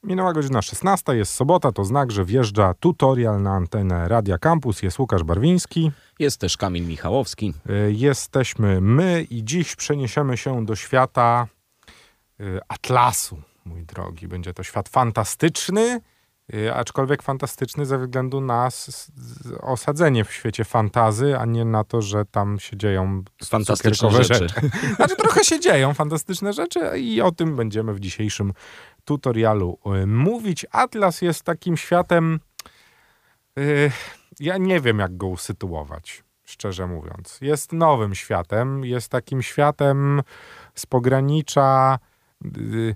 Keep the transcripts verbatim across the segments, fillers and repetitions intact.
Minęła godzina szesnasta, jest sobota, to znak, że wjeżdża tutorial na antenę Radia Campus. Jest Łukasz Barwiński. Jest też Kamil Michałowski. Jesteśmy my i dziś przeniesiemy się do świata Atlasu, mój drogi. Będzie to świat fantastyczny, aczkolwiek fantastyczny ze względu na osadzenie w świecie fantazy, a nie na to, że tam się dzieją fantastyczne rzeczy. rzeczy. Znaczy trochę się dzieją fantastyczne rzeczy i o tym będziemy w dzisiejszym tutorialu mówić. Atlas jest takim światem, yy, ja nie wiem jak go usytuować, szczerze mówiąc. Jest nowym światem, jest takim światem z pogranicza yy,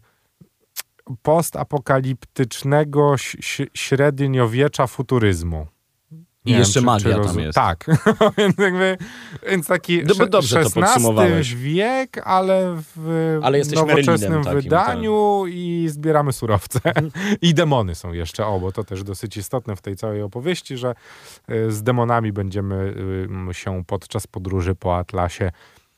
postapokaliptycznego średniowiecza futuryzmu. I jeszcze magia roz... tam jest. Tak. więc, jakby, więc taki no, dobrze szesnasty wiek, ale w ale nowoczesnym takim, wydaniu tak. I zbieramy surowce. I demony są jeszcze, o, bo to też dosyć istotne w tej całej opowieści, że z demonami będziemy się podczas podróży po Atlasie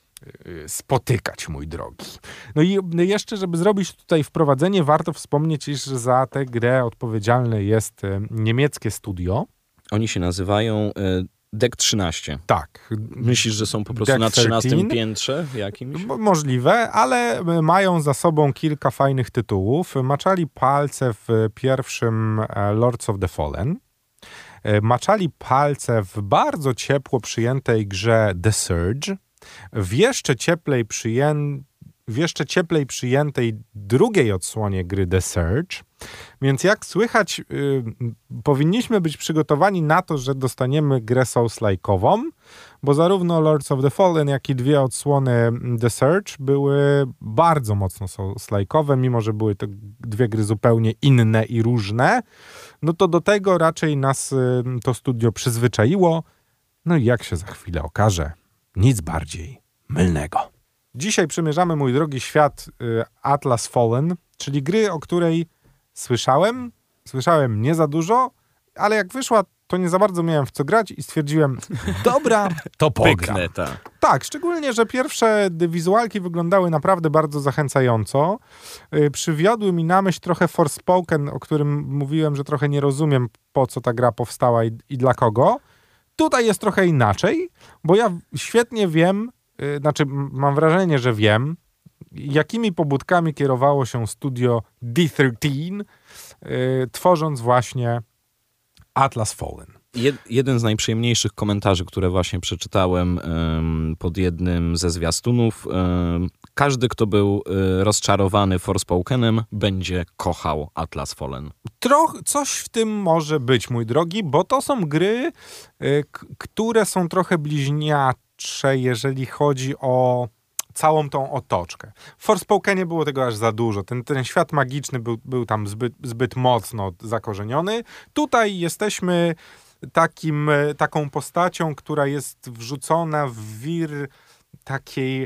spotykać, mój drogi. No i jeszcze, żeby zrobić tutaj wprowadzenie, warto wspomnieć, iż za tę grę odpowiedzialne jest niemieckie studio. Oni się nazywają D E C trzynaście. Tak. Myślisz, że są po prostu na trzynastym piętrze jakimś? Możliwe, ale mają za sobą kilka fajnych tytułów. Maczali palce w pierwszym Lords of the Fallen. Maczali palce w bardzo ciepło przyjętej grze The Surge. W jeszcze cieplej, przyję... w jeszcze cieplej przyjętej drugiej odsłonie gry The Surge. Więc jak słychać, yy, powinniśmy być przygotowani na to, że dostaniemy grę Souls-like'ową, bo zarówno Lords of the Fallen, jak i dwie odsłony The Surge były bardzo mocno Souls-like'owe, mimo że były to dwie gry zupełnie inne i różne. No to do tego raczej nas yy, to studio przyzwyczaiło. No i jak się za chwilę okaże, nic bardziej mylnego. Dzisiaj przymierzamy, mój drogi, świat y, Atlas Fallen, czyli gry, o której słyszałem. Słyszałem nie za dużo, ale jak wyszła, to nie za bardzo miałem w co grać i stwierdziłem, dobra, to pogram. Pyknę, tak. Tak, szczególnie, że pierwsze wizualki wyglądały naprawdę bardzo zachęcająco. Y, przywiodły mi na myśl trochę Forspoken, o którym mówiłem, że trochę nie rozumiem, po co ta gra powstała i, i dla kogo. Tutaj jest trochę inaczej, bo ja świetnie wiem, yy, znaczy mam wrażenie, że wiem, jakimi pobudkami kierowało się studio D trzynaście, yy, tworząc właśnie Atlas Fallen. Jed, jeden z najprzyjemniejszych komentarzy, które właśnie przeczytałem ym, pod jednym ze zwiastunów. Ym, każdy, kto był y, rozczarowany Forspokenem, będzie kochał Atlas Fallen. Troch, coś w tym może być, mój drogi, bo to są gry, y, k- które są trochę bliźniacze, jeżeli chodzi o całą tą otoczkę. W Forspokenie było tego aż za dużo. Ten, ten świat magiczny był, był tam zbyt, zbyt mocno zakorzeniony. Tutaj jesteśmy takim, taką postacią, która jest wrzucona w wir takiej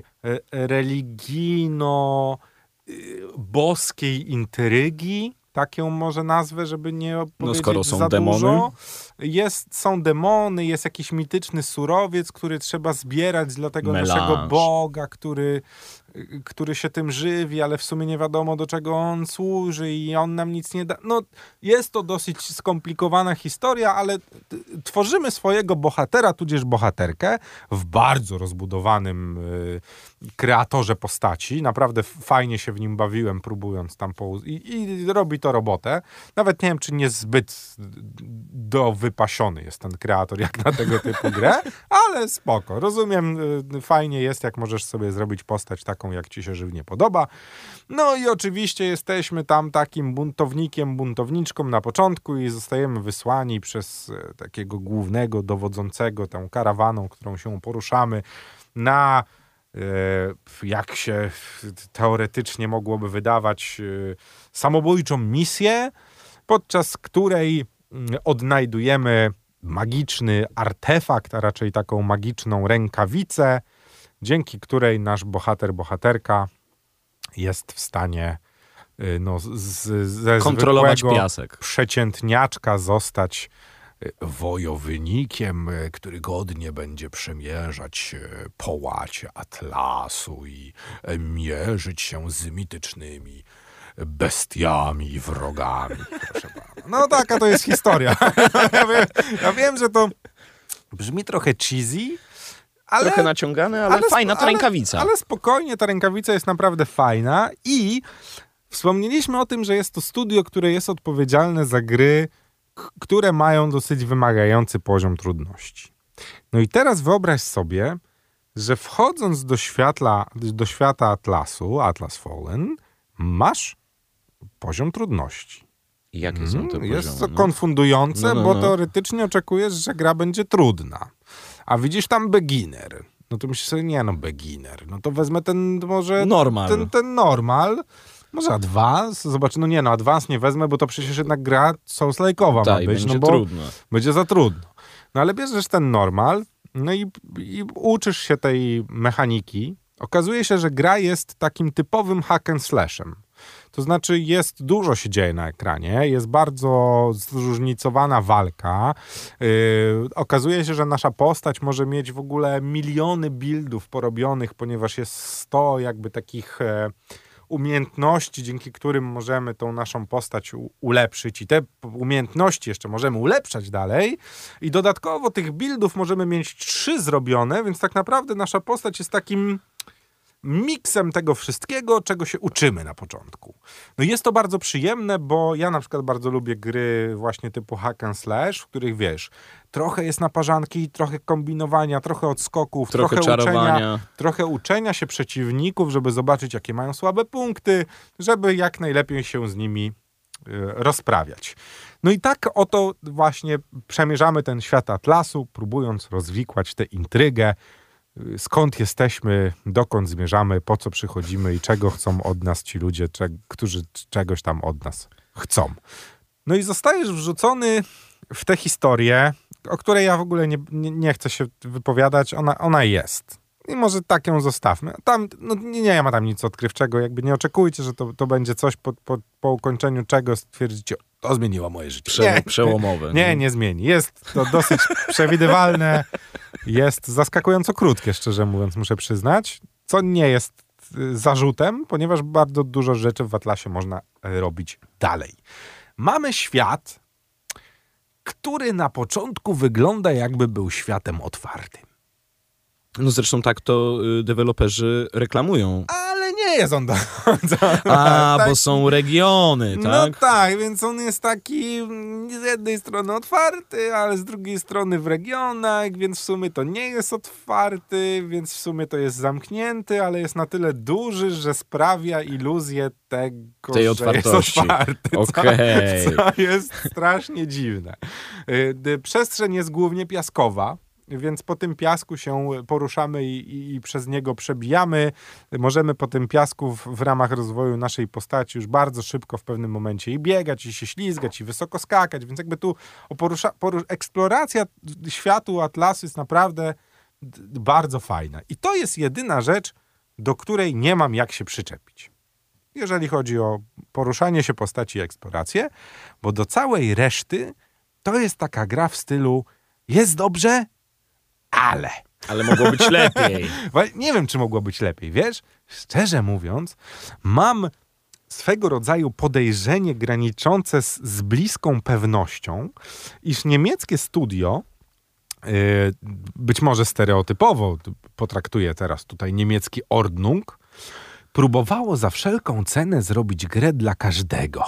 religijno-boskiej intrygi. Tak ją może nazwę, żeby nie powiedzieć no skoro są za demony. dużo. Jest, są demony, jest jakiś mityczny surowiec, który trzeba zbierać dla tego Melange. naszego Boga, który, który się tym żywi, ale w sumie nie wiadomo, do czego on służy i on nam nic nie da. No, jest to dosyć skomplikowana historia, ale t- tworzymy swojego bohatera, tudzież bohaterkę w bardzo rozbudowanym y, kreatorze postaci. Naprawdę fajnie się w nim bawiłem, próbując tam połuz- I, i robi to robotę. Nawet nie wiem, czy nie zbyt do wypasiony jest ten kreator jak na tego typu grę, ale spoko. Rozumiem, y, fajnie jest, jak możesz sobie zrobić postać taką, jak ci się żywnie podoba. No i oczywiście jesteśmy tam takim buntownikiem, buntowniczką na początku i zostajemy wysłani przez y, takiego głównego dowodzącego tą karawaną, którą się poruszamy na y, jak się teoretycznie mogłoby wydawać y, samobójczą misję, podczas której odnajdujemy magiczny artefakt, a raczej taką magiczną rękawicę, dzięki której nasz bohater, bohaterka jest w stanie no, z, ze kontrolować zwykłego piasek. przeciętniaczka zostać wojownikiem, który godnie będzie przemierzać połacie Atlasu i mierzyć się z mitycznymi bestiami i wrogami. Proszę pana. No taka to jest historia. Ja wiem, ja wiem, że to brzmi trochę cheesy, ale... Trochę naciągane, ale, ale fajna ta ale, rękawica. Ale spokojnie, ta rękawica jest naprawdę fajna i wspomnieliśmy o tym, że jest to studio, które jest odpowiedzialne za gry, k- które mają dosyć wymagający poziom trudności. No i teraz wyobraź sobie, że wchodząc do świata, do świata Atlasu, Atlas Fallen, masz poziom trudności. Jakie są te poziomy? Jest to konfundujące, no, no, bo no. teoretycznie oczekujesz, że gra będzie trudna. A widzisz tam beginner. No to myślisz sobie, nie no, beginner. No to wezmę ten może... Normal. Ten, ten normal. Może advance. Zobacz, no nie no, advance nie wezmę, bo to przecież jednak gra Souls-like'owa Ta, ma być. będzie no bo trudno. Będzie za trudno. No ale bierzesz ten normal, no i, i uczysz się tej mechaniki. Okazuje się, że gra jest takim typowym hack and slashem. To znaczy jest, dużo się dzieje na ekranie, jest bardzo zróżnicowana walka. Yy, okazuje się, że nasza postać może mieć w ogóle miliony buildów porobionych, ponieważ jest sto jakby takich e, umiejętności, dzięki którym możemy tą naszą postać u, ulepszyć i te umiejętności jeszcze możemy ulepszać dalej. I dodatkowo tych buildów możemy mieć trzy zrobione, więc tak naprawdę nasza postać jest takim miksem tego wszystkiego, czego się uczymy na początku. No jest to bardzo przyjemne, bo ja na przykład bardzo lubię gry właśnie typu hack and slash, w których wiesz, trochę jest naparzanki, trochę kombinowania, trochę odskoków, trochę, trochę czarowania. uczenia, trochę uczenia się przeciwników, żeby zobaczyć, jakie mają słabe punkty, żeby jak najlepiej się z nimi y, rozprawiać. No i tak oto właśnie przemierzamy ten świat Atlasu, próbując rozwikłać tę intrygę, skąd jesteśmy, dokąd zmierzamy, po co przychodzimy i czego chcą od nas ci ludzie, cze- którzy czegoś tam od nas chcą. No i zostajesz wrzucony w tę historię, o której ja w ogóle nie, nie, nie chcę się wypowiadać. Ona, ona jest. I może tak ją zostawmy. Tam no, nie, nie ma tam nic odkrywczego. Jakby nie oczekujcie, że to, to będzie coś po, po, po ukończeniu czego stwierdzicie, to zmieniło moje życie. Prze- nie, przełomowe. Nie, nie zmieni. Jest to dosyć przewidywalne. Jest zaskakująco krótkie, szczerze mówiąc, muszę przyznać. Co nie jest zarzutem, ponieważ bardzo dużo rzeczy w Atlasie można robić dalej. Mamy świat, który na początku wygląda jakby był światem otwartym. No zresztą tak to y, deweloperzy reklamują. Ale nie jest on do... A, tak, bo są regiony, No tak? tak, więc on jest taki z jednej strony otwarty, ale z drugiej strony w regionach, więc w sumie to nie jest otwarty, więc w sumie to jest zamknięty, ale jest na tyle duży, że sprawia iluzję tego, tej że otwartości. jest otwarty. Okej. Co, co jest strasznie dziwne. Y, Przestrzeń jest głównie piaskowa, więc po tym piasku się poruszamy i, i, i przez niego przebijamy. Możemy po tym piasku w, w ramach rozwoju naszej postaci już bardzo szybko w pewnym momencie i biegać, i się ślizgać, i wysoko skakać, więc jakby tu porusza, porusz, eksploracja światu Atlasu jest naprawdę d- bardzo fajna. I to jest jedyna rzecz, do której nie mam jak się przyczepić. Jeżeli chodzi o poruszanie się postaci i eksplorację, bo do całej reszty to jest taka gra w stylu jest dobrze, ale. Ale mogło być lepiej. Nie wiem, czy mogło być lepiej, wiesz? Szczerze mówiąc, mam swego rodzaju podejrzenie graniczące z, z bliską pewnością, iż niemieckie studio, yy, być może stereotypowo potraktuję teraz tutaj niemiecki Ordnung, próbowało za wszelką cenę zrobić grę dla każdego.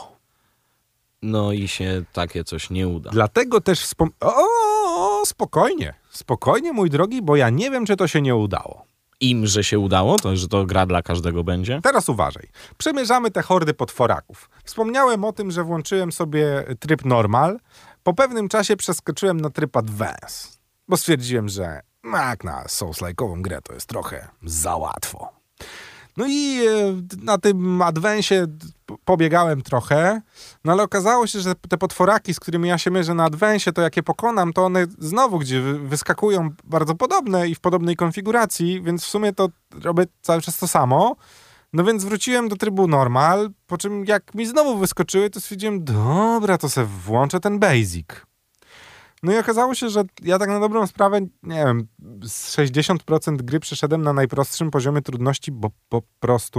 No i się takie coś nie uda. Dlatego też wspom... O, spokojnie, spokojnie, mój drogi, bo ja nie wiem, czy to się nie udało. Im, że się udało, to że to gra dla każdego będzie? Teraz uważaj. Przemierzamy te hordy potworaków. Wspomniałem o tym, że włączyłem sobie tryb normal. Po pewnym czasie przeskoczyłem na tryb advance, bo stwierdziłem, że jak na Souls-like'ową grę to jest trochę za łatwo. No i na tym adwensie pobiegałem trochę, no ale okazało się, że te potworaki, z którymi ja się mierzę na adwensie, to jak je pokonam, to one znowu gdzie wyskakują bardzo podobne i w podobnej konfiguracji, więc w sumie to robię cały czas to samo. No więc wróciłem do trybu normal, po czym jak mi znowu wyskoczyły, to stwierdziłem, dobra, to sobie włączę ten basic. No i okazało się, że ja tak na dobrą sprawę, nie wiem, z sześćdziesiąt procent gry przeszedłem na najprostszym poziomie trudności, bo po prostu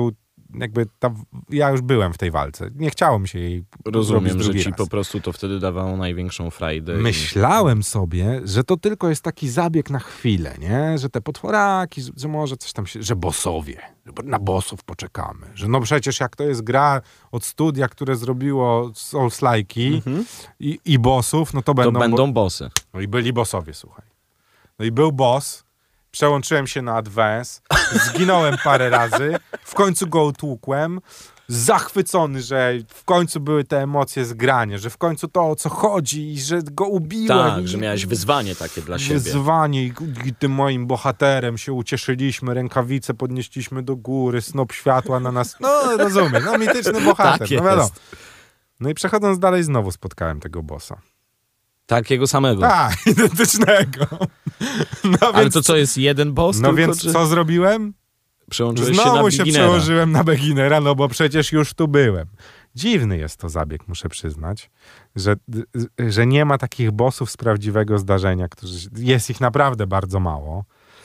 jakby ta, ja już byłem w tej walce. Nie chciało mi się jej Rozumiem, że ci raz. po prostu to wtedy dawało największą frajdę. Myślałem i... sobie, że to tylko jest taki zabieg na chwilę, nie? Że te potworaki, że, że może coś tam się... Że bossowie, że na bossów poczekamy. Że no przecież jak to jest gra od studia, które zrobiło Souls-like'i mhm. i, i bossów, no to będą... To będą bo... bossy. No i byli bossowie, słuchaj. No i był boss... Przełączyłem się na Advance, zginąłem parę razy, w końcu go utłukłem, zachwycony, że w końcu były te emocje z grania, że w końcu to, o co chodzi i że go ubiłem. Tak, że miałeś wyzwanie takie dla siebie. Wyzwanie i, i tym moim bohaterem się ucieszyliśmy, rękawice podnieśliśmy do góry, snop światła na nas. No rozumiem, no mityczny bohater, tak no wiadomo. No i przechodząc dalej znowu spotkałem tego bossa. Takiego samego. Tak, identycznego. No Ale więc, to co, jest jeden boss? No tylko, więc czy... co zrobiłem? Przełączyłeś Znowu się na się beginnera. przełożyłem na beginnera, no bo przecież już tu byłem. Dziwny jest to zabieg, muszę przyznać, że, że nie ma takich bossów z prawdziwego zdarzenia, którzy, jest ich naprawdę bardzo mało.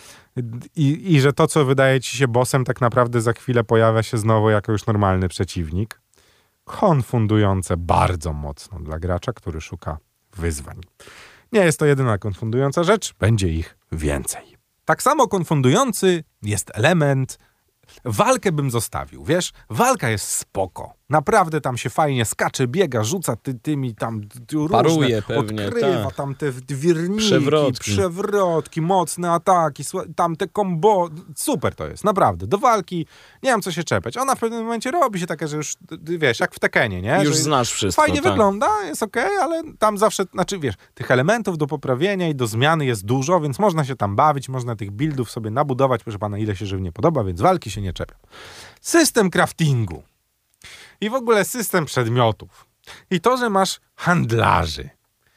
I, I że to, co wydaje ci się bossem, tak naprawdę za chwilę pojawia się znowu jako już normalny przeciwnik. Konfundujące bardzo mocno dla gracza, który szuka wyzwań. Nie jest to jedyna konfundująca rzecz, będzie ich więcej. Tak samo konfundujący jest element, walkę bym zostawił, wiesz, walka jest spoko. Naprawdę tam się fajnie skacze, biega, rzuca ty, tymi tam różne, paruje pewnie, odkrywa tak. tam te wirniki, przewrotki. przewrotki, mocne ataki, tam te combo, super to jest, naprawdę. Do walki nie mam co się czepiać. Ona w pewnym momencie robi się taka, że już, wiesz, jak w Tekenie, nie? Już że znasz wszystko. Fajnie tak. wygląda, jest okej, okay, ale tam zawsze, znaczy wiesz, tych elementów do poprawienia i do zmiany jest dużo, więc można się tam bawić, można tych buildów sobie nabudować, proszę pana, ile się żywnie podoba, więc walki się nie czepiam. System craftingu. I w ogóle system przedmiotów. I to, że masz handlarzy,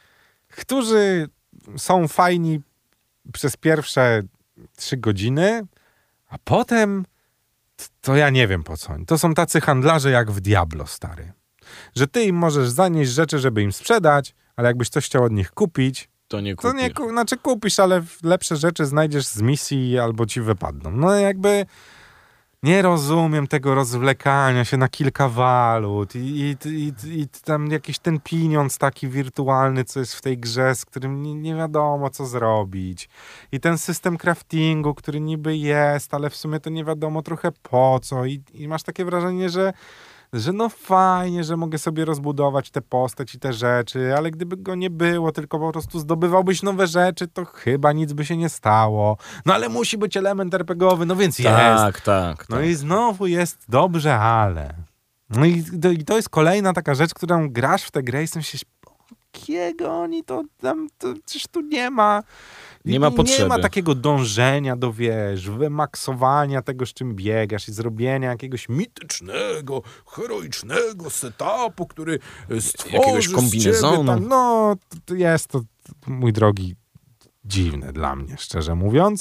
którzy są fajni przez pierwsze trzy godziny, a potem to ja nie wiem po co. To są tacy handlarze jak w Diablo, stary. Że ty im możesz zanieść rzeczy, żeby im sprzedać, ale jakbyś coś chciał od nich kupić, to nie kupisz. To nie, znaczy kupisz, ale lepsze rzeczy znajdziesz z misji albo ci wypadną. No jakby... Nie rozumiem tego rozwlekania się na kilka walut i, i, i, i tam jakiś ten pieniądz taki wirtualny, co jest w tej grze, z którym nie, nie wiadomo, co zrobić. I ten system craftingu, który niby jest, ale w sumie to nie wiadomo trochę po co. I, i masz takie wrażenie, że że no fajnie, że mogę sobie rozbudować tę postać i te rzeczy, ale gdyby go nie było, tylko po prostu zdobywałbyś nowe rzeczy, to chyba nic by się nie stało. No ale musi być element er pe gie owy, no więc tak, jest. Tak, tak. No i znowu jest dobrze, ale. No i to, i to jest kolejna taka rzecz, którą grasz w tę grę i myślisz, jakiego oni to tam, to przecież tu nie ma. Nie ma potrzeby. Nie ma takiego dążenia do, wiesz, wymaksowania tego, z czym biegasz i zrobienia jakiegoś mitycznego, heroicznego setupu, który stworzy jakiegoś kombinezonu. Tam, no, to jest to, mój drogi, dziwne dla mnie, szczerze mówiąc.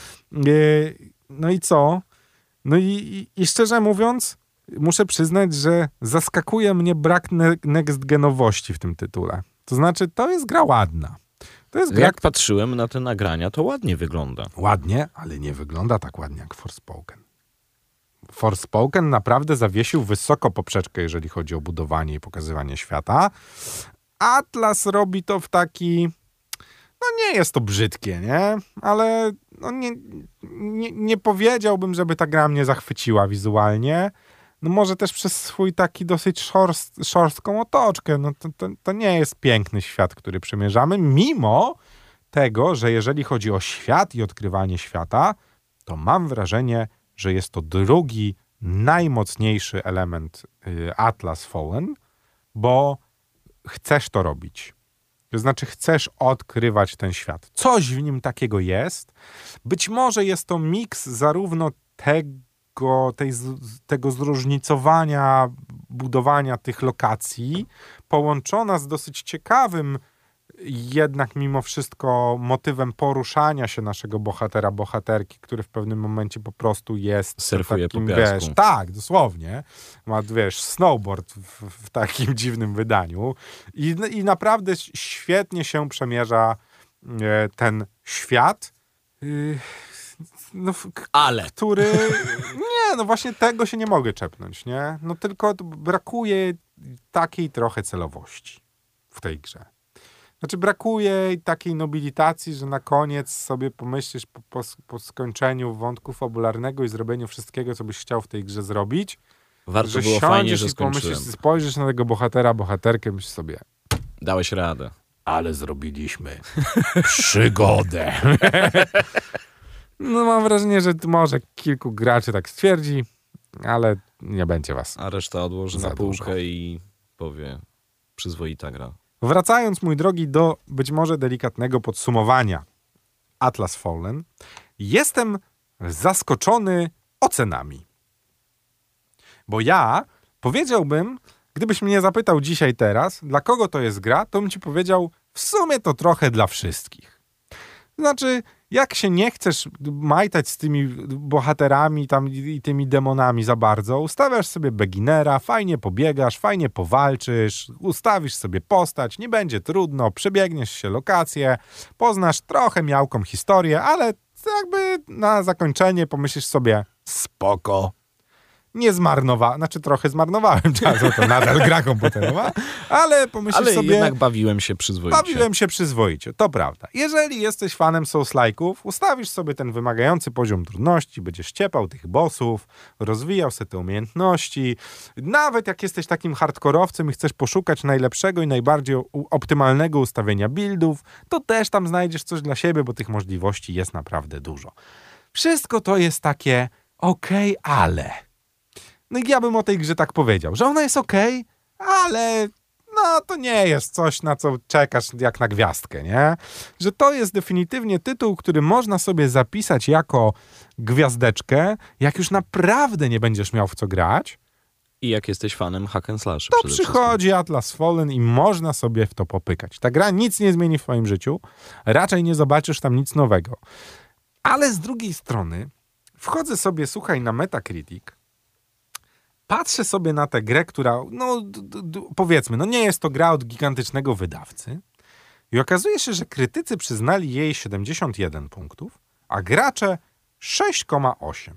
No i co? No i, i, i szczerze mówiąc, muszę przyznać, że zaskakuje mnie brak ne- next-genowości w tym tytule. To znaczy, to jest gra ładna. To jest gra... Jak patrzyłem na te nagrania, to ładnie wygląda. Ładnie, ale nie wygląda tak ładnie jak Forspoken. Forspoken naprawdę zawiesił wysoko poprzeczkę, jeżeli chodzi o budowanie i pokazywanie świata. Atlas robi to w taki... No nie jest to brzydkie, nie? Ale no nie, nie, nie powiedziałbym, żeby ta gra mnie zachwyciła wizualnie. No może też przez swój taki dosyć szorst, szorstką otoczkę. No to, to, to nie jest piękny świat, który przemierzamy, mimo tego, że jeżeli chodzi o świat i odkrywanie świata, to mam wrażenie, że jest to drugi, najmocniejszy element y, Atlas Fallen, bo chcesz to robić. To znaczy chcesz odkrywać ten świat. Coś w nim takiego jest. Być może jest to miks zarówno tego, tej, tego zróżnicowania, budowania tych lokacji, połączona z dosyć ciekawym jednak mimo wszystko motywem poruszania się naszego bohatera, bohaterki, który w pewnym momencie po prostu jest surfuje takim, po piasku. wiesz, tak, dosłownie. Ma, wiesz, snowboard w, w takim dziwnym wydaniu i, i naprawdę świetnie się przemierza e, ten świat. Yy, no, k- Ale. który... Nie, no właśnie tego się nie mogę czepnąć, nie? No tylko brakuje takiej trochę celowości w tej grze. Znaczy brakuje takiej nobilitacji, że na koniec sobie pomyślisz po, po, po skończeniu wątku fabularnego i zrobieniu wszystkiego, co byś chciał w tej grze zrobić, Warto że było fajnie, siądziesz że i pomyślisz, skończyłem. spojrzysz na tego bohatera, bohaterkę, myślisz sobie, Dałeś radę. ale zrobiliśmy przygodę. No mam wrażenie, że może kilku graczy tak stwierdzi, ale nie będzie was. A reszta odłoży Za na półkę dużo. i powie przyzwoita gra. Wracając, mój drogi, do być może delikatnego podsumowania Atlas Fallen, jestem zaskoczony ocenami. Bo ja powiedziałbym, gdybyś mnie zapytał dzisiaj teraz, dla kogo to jest gra, to bym ci powiedział, w sumie to trochę dla wszystkich. Znaczy, jak się nie chcesz majtać z tymi bohaterami tam i tymi demonami za bardzo, ustawiasz sobie beginnera, fajnie pobiegasz, fajnie powalczysz, ustawisz sobie postać, nie będzie trudno, przebiegniesz się lokację, poznasz trochę miałką historię, ale jakby na zakończenie pomyślisz sobie, spoko. Nie zmarnowałem, znaczy trochę zmarnowałem czasu, to nadal gra komputerowa, ale pomyślisz Ale sobie... jednak bawiłem się przyzwoicie. Bawiłem się przyzwoicie, to prawda. Jeżeli jesteś fanem Souls-like'ów, ustawisz sobie ten wymagający poziom trudności, będziesz ciepał tych bossów, rozwijał sobie te umiejętności. Nawet jak jesteś takim hardkorowcem i chcesz poszukać najlepszego i najbardziej u- optymalnego ustawienia buildów, to też tam znajdziesz coś dla siebie, bo tych możliwości jest naprawdę dużo. Wszystko to jest takie okej, ale... No i ja bym o tej grze tak powiedział, że ona jest okej, ale... no to nie jest coś, na co czekasz jak na gwiazdkę, nie? Że to jest definitywnie tytuł, który można sobie zapisać jako gwiazdeczkę, jak już naprawdę nie będziesz miał w co grać, I jak jesteś fanem hack and slash. to przede wszystkim. przychodzi Atlas Fallen i można sobie w to popykać. Ta gra nic nie zmieni w twoim życiu, raczej nie zobaczysz tam nic nowego. Ale z drugiej strony wchodzę sobie, słuchaj, na Metacritic, patrzę sobie na tę grę, która, no d- d- d- powiedzmy, no nie jest to gra od gigantycznego wydawcy i okazuje się, że krytycy przyznali jej siedemdziesiąt jeden punktów, a gracze sześć przecinek osiem.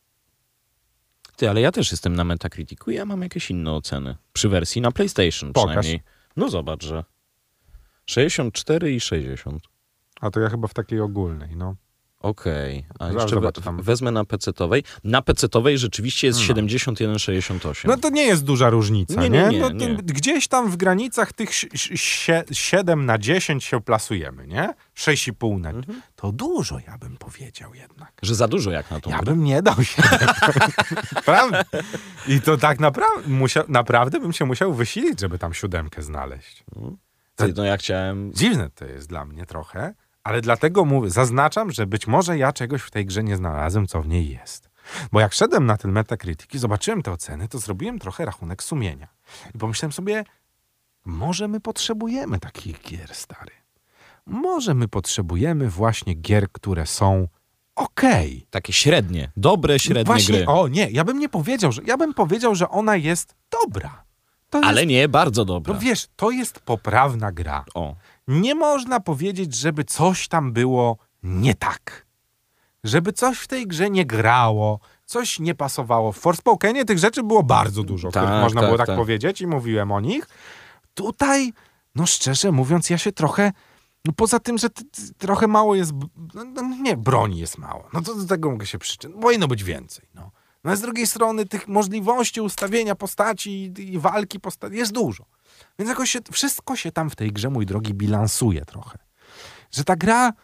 Ty, ale ja też jestem na Metacriticu i ja mam jakieś inne oceny. Przy wersji na PlayStation Pokaż. przynajmniej. No zobacz, że sześćdziesiąt cztery i sześćdziesiąt. A to ja chyba w takiej ogólnej, no. Okej, a Zaraz jeszcze zobacz we, tam. wezmę na pecetowej. Na pecetowej rzeczywiście jest No. siedemdziesiąt jeden sześćdziesiąt osiem. No to nie jest duża różnica, nie? Nie, nie, nie, no, to nie. Gdzieś tam w granicach tych si- si- siedem na dziesięć się plasujemy, nie? sześć i pół na... Mhm. To dużo, ja bym powiedział jednak. Że za dużo jak na tą Ja grę. bym nie dał się. Prawda? I to tak naprawdę, musiał, naprawdę bym się musiał wysilić, żeby tam siódemkę znaleźć. Ty, no ja chciałem... Dziwne to jest dla mnie trochę, ale dlatego mówię, zaznaczam, że być może ja czegoś w tej grze nie znalazłem, co w niej jest. Bo jak szedłem na ten Metacritic i zobaczyłem te oceny, to zrobiłem trochę rachunek sumienia. I pomyślałem sobie, może my potrzebujemy takich gier, stary. Może my potrzebujemy właśnie gier, które są okej. Takie średnie, dobre średnie Właśnie, gry. o nie, ja bym nie powiedział, że ja bym powiedział, że ona jest dobra. To jest, Ale nie bardzo dobre. no wiesz, to jest poprawna gra. O, Nie można powiedzieć, żeby coś tam było nie tak. Żeby coś w tej grze nie grało, coś nie pasowało. W Forspokenie tych rzeczy było bardzo dużo, Tak, których można tak, było tak, tak. powiedzieć i mówiłem o nich. Tutaj, no szczerze mówiąc, ja się trochę... No poza tym, że t- t- trochę mało jest... b- No, no nie, broni jest mało. No to do tego mogę się przyczynić. Powinno być więcej, no. No a z drugiej strony tych możliwości ustawienia postaci i, i walki postaci jest dużo. Więc jakoś się, wszystko się tam w tej grze, mój drogi, bilansuje trochę. Że ta gra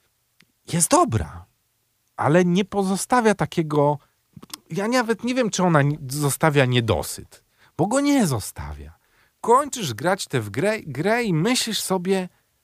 jest dobra, ale nie pozostawia takiego... Ja nawet nie wiem, czy ona nie- zostawia niedosyt, bo go nie zostawia. Kończysz grać tę w grę, grę i myślisz sobie,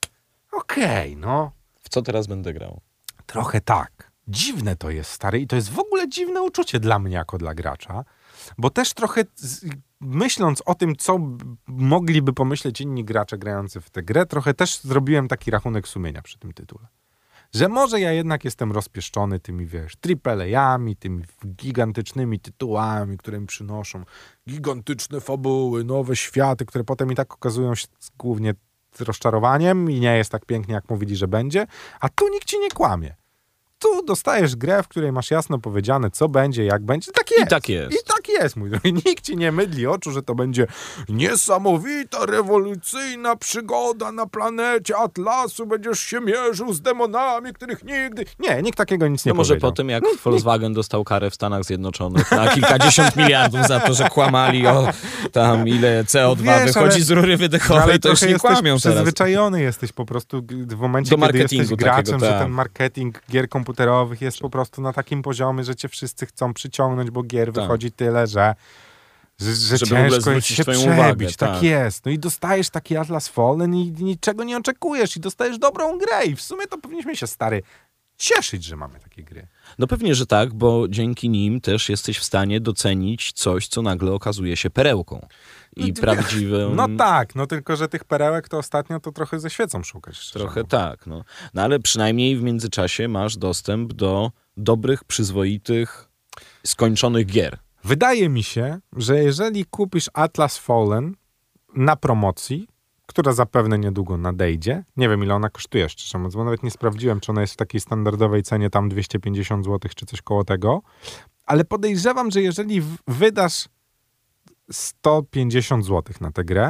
okej, no, w co teraz będę grał? trochę tak. Dziwne to jest, stary, i to jest w ogóle dziwne uczucie dla mnie jako dla gracza, bo też trochę z, myśląc o tym, co b- mogliby pomyśleć inni gracze grający w tę grę, trochę też zrobiłem taki rachunek sumienia przy tym tytule. Że może ja jednak jestem rozpieszczony tymi, wiesz, triple A-ami, tymi gigantycznymi tytułami, które mi przynoszą gigantyczne fabuły, nowe światy, które potem i tak okazują się głównie rozczarowaniem i nie jest tak pięknie, jak mówili, że będzie, a tu nikt ci nie kłamie. Tu dostajesz grę, w której masz jasno powiedziane, co będzie, jak będzie. Tak jest. I tak jest. I tak jest, mój drogi. Nikt ci nie mydli oczu, że to będzie niesamowita, rewolucyjna przygoda na planecie Atlasu. Będziesz się mierzył z demonami, których nigdy... Nie, nikt takiego nic nie no może powiedział. po tym, jak Volkswagen dostał karę w Stanach Zjednoczonych na kilkadziesiąt miliardów za to, że kłamali o tam ile C O dwa Wiesz, wychodzi ale- z rury wydechowej, Ale to już trochę nie jesteś kłamią teraz. przyzwyczajony jesteś po prostu g- w momencie, Do kiedy marketingu jesteś graczem, takiego, że tak. ten marketing gier komputerowych jest po prostu na takim poziomie, że cię wszyscy chcą przyciągnąć, bo gier Tak. wychodzi tyle, że, że, że Żeby w ogóle ciężko jest zwrócić się twoją przebić. uwagę, tak. tak. jest. No i dostajesz taki Atlas Fallen i niczego nie oczekujesz i dostajesz dobrą grę i w sumie to powinniśmy się, stary, cieszyć, że mamy takie gry. No pewnie, że tak, bo dzięki nim też jesteś w stanie docenić coś, co nagle okazuje się perełką. I prawdziwym... No tak, no tylko, że tych perełek to ostatnio to trochę ze świecą szukać. szczerze Trochę mówiąc. tak, no. No ale przynajmniej w międzyczasie masz dostęp do dobrych, przyzwoitych, skończonych gier. Wydaje mi się, że jeżeli kupisz Atlas Fallen na promocji, która zapewne niedługo nadejdzie, nie wiem ile ona kosztuje, szczerze mówiąc, bo nawet nie sprawdziłem, czy ona jest w takiej standardowej cenie tam dwieście pięćdziesiąt złotych, czy coś koło tego, ale podejrzewam, że jeżeli w- wydasz sto pięćdziesiąt złotych na tę grę,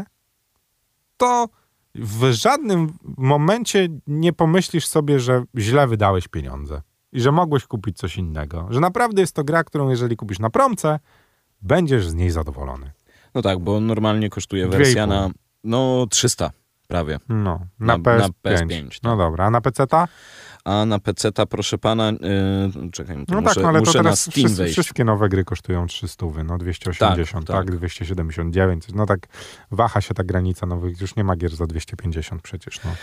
to w żadnym momencie nie pomyślisz sobie, że źle wydałeś pieniądze i że mogłeś kupić coś innego. Że naprawdę jest to gra, którą jeżeli kupisz na promce, będziesz z niej zadowolony. No tak, bo normalnie kosztuje Dwie i wersja pół. na no trzysta prawie. No, na, Na- P S na pięć. P S pięć, No dobra, a na peceta? A na peceta, proszę pana, yy, czekaj, to No muszę, tak, no ale to muszę na teraz Steam wszyscy, wejść. wszystkie nowe gry kosztują trzysta, no dwieście osiemdziesiąt, tak, Tak, tak. dwieście siedemdziesiąt dziewięć. No tak waha się ta granica nowych, już nie ma gier za dwieście pięćdziesiąt przecież, no.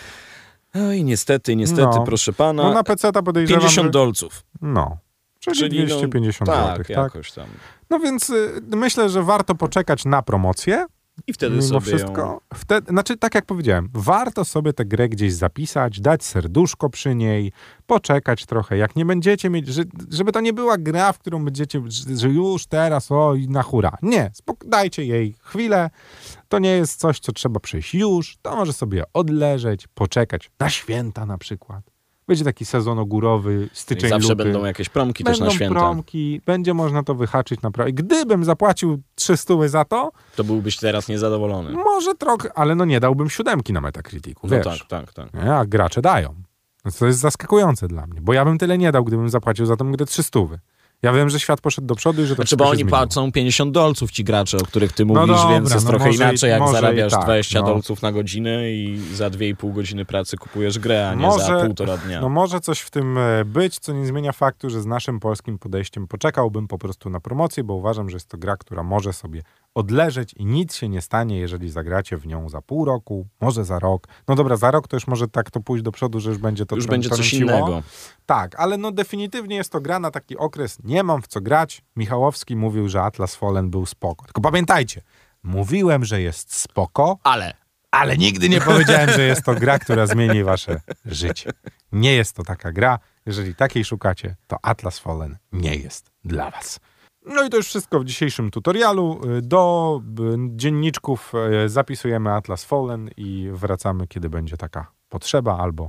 Oj, niestety, niestety, No. proszę pana, No na peceta podejrzewam, pięćdziesiąt że... dolców. No, czyli, Czyli no, dwieście pięćdziesiąt tak, złotych, tak? jakoś tam. No więc y, myślę, że warto poczekać na promocję. I wtedy Mimo sobie wszystko. ją... Wtedy, znaczy, tak jak powiedziałem, warto sobie tę grę gdzieś zapisać, dać serduszko przy niej, poczekać trochę. Jak nie będziecie mieć, że, żeby to nie była gra, w którą będziecie, że- że już teraz, o i na hura. Nie, spok- dajcie jej chwilę. To nie jest coś, co trzeba przejść już. To może sobie odleżeć, poczekać na święta na przykład. Będzie taki sezon ogórowy, I styczeń, zawsze luty. będą jakieś promki też Będą na święta. promki, będzie można to wyhaczyć naprawdę. Gdybym zapłacił trzysta za to, To byłbyś teraz niezadowolony. może trochę, ale no nie dałbym siódemki na Metacriticu, No wiesz. tak, tak, tak. Nie, a gracze dają. No to jest zaskakujące dla mnie, bo ja bym tyle nie dał, gdybym zapłacił za tę grę trzysta. Ja wiem, że świat poszedł do przodu i że to Znaczy, wszystko bo się oni zmieniło. płacą pięćdziesiąt dolców ci gracze, o których ty No mówisz, dobra, więc jest no trochę może i- inaczej, jak może i zarabiasz tak, dwadzieścia no. dolców na godzinę i za dwie i pół godziny pracy kupujesz grę, a nie Może- za półtora dnia. No może coś w tym e, być, co nie zmienia faktu, że z naszym polskim podejściem poczekałbym po prostu na promocję, bo uważam, że jest to gra, która może sobie odleżeć i nic się nie stanie, jeżeli zagracie w nią za pół roku, może za rok. No dobra, za rok to już może tak to pójść do przodu, że już będzie to Już trą- będzie coś trąciło. innego. Tak, ale no definitywnie jest to gra na taki okres, nie mam w co grać. Michałowski mówił, że Atlas Fallen był spoko. Tylko pamiętajcie, mówiłem, że jest spoko, Ale ale nigdy nie powiedziałem, że jest to gra, która zmieni wasze życie. Nie jest to taka gra. Jeżeli takiej szukacie, to Atlas Fallen nie jest dla was. No i to już wszystko w dzisiejszym tutorialu. Do y, dzienniczków y, zapisujemy Atlas Fallen i wracamy, kiedy będzie taka potrzeba, albo,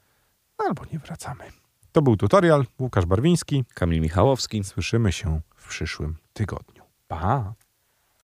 albo nie wracamy. To był tutorial. Łukasz Barwiński. Kamil Michałowski. Słyszymy się w przyszłym tygodniu. Pa!